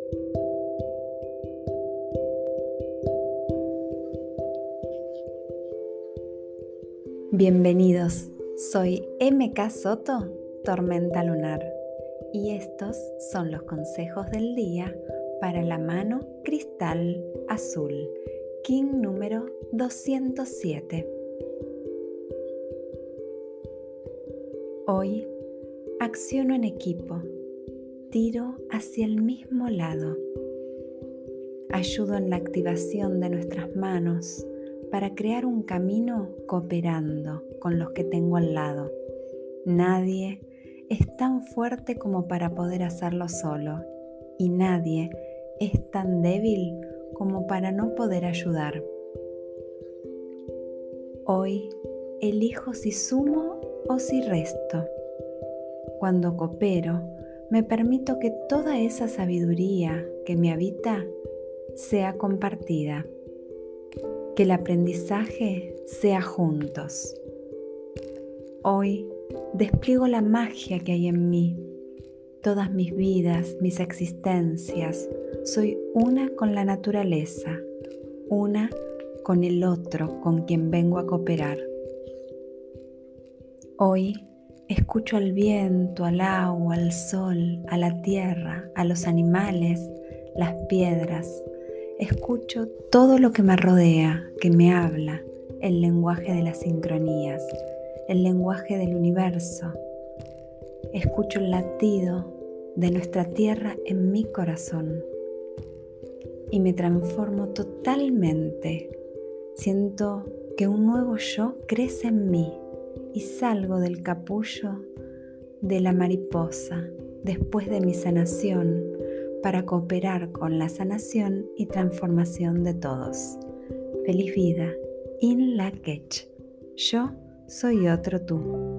Bienvenidos, soy MK Soto, Tormenta Lunar, y estos son los consejos del día para la mano cristal azul, King número 207. Hoy acciono en equipo, tiro hacia el mismo lado, ayudo en la activación de nuestras manos para crear un camino cooperando con los que tengo al lado. Nadie es tan fuerte como para poder hacerlo solo y nadie es tan débil como para no poder ayudar. Hoy elijo si sumo o si resto. Cuando coopero, me permito que toda esa sabiduría que me habita sea compartida. Que el aprendizaje sea juntos. Hoy despliego la magia que hay en mí. Todas mis vidas, mis existencias, soy una con la naturaleza, una con el otro con quien vengo a cooperar. Hoy escucho al viento, al agua, al sol, a la tierra, a los animales, las piedras. Escucho todo lo que me rodea, que me habla, el lenguaje de las sincronías, el lenguaje del universo. Escucho el latido de nuestra tierra en mi corazón y me transformo totalmente. Siento que un nuevo yo crece en mí y salgo del capullo de la mariposa después de mi sanación para cooperar con la sanación y transformación de todos. Feliz vida, In Lak'ech. Yo soy otro tú.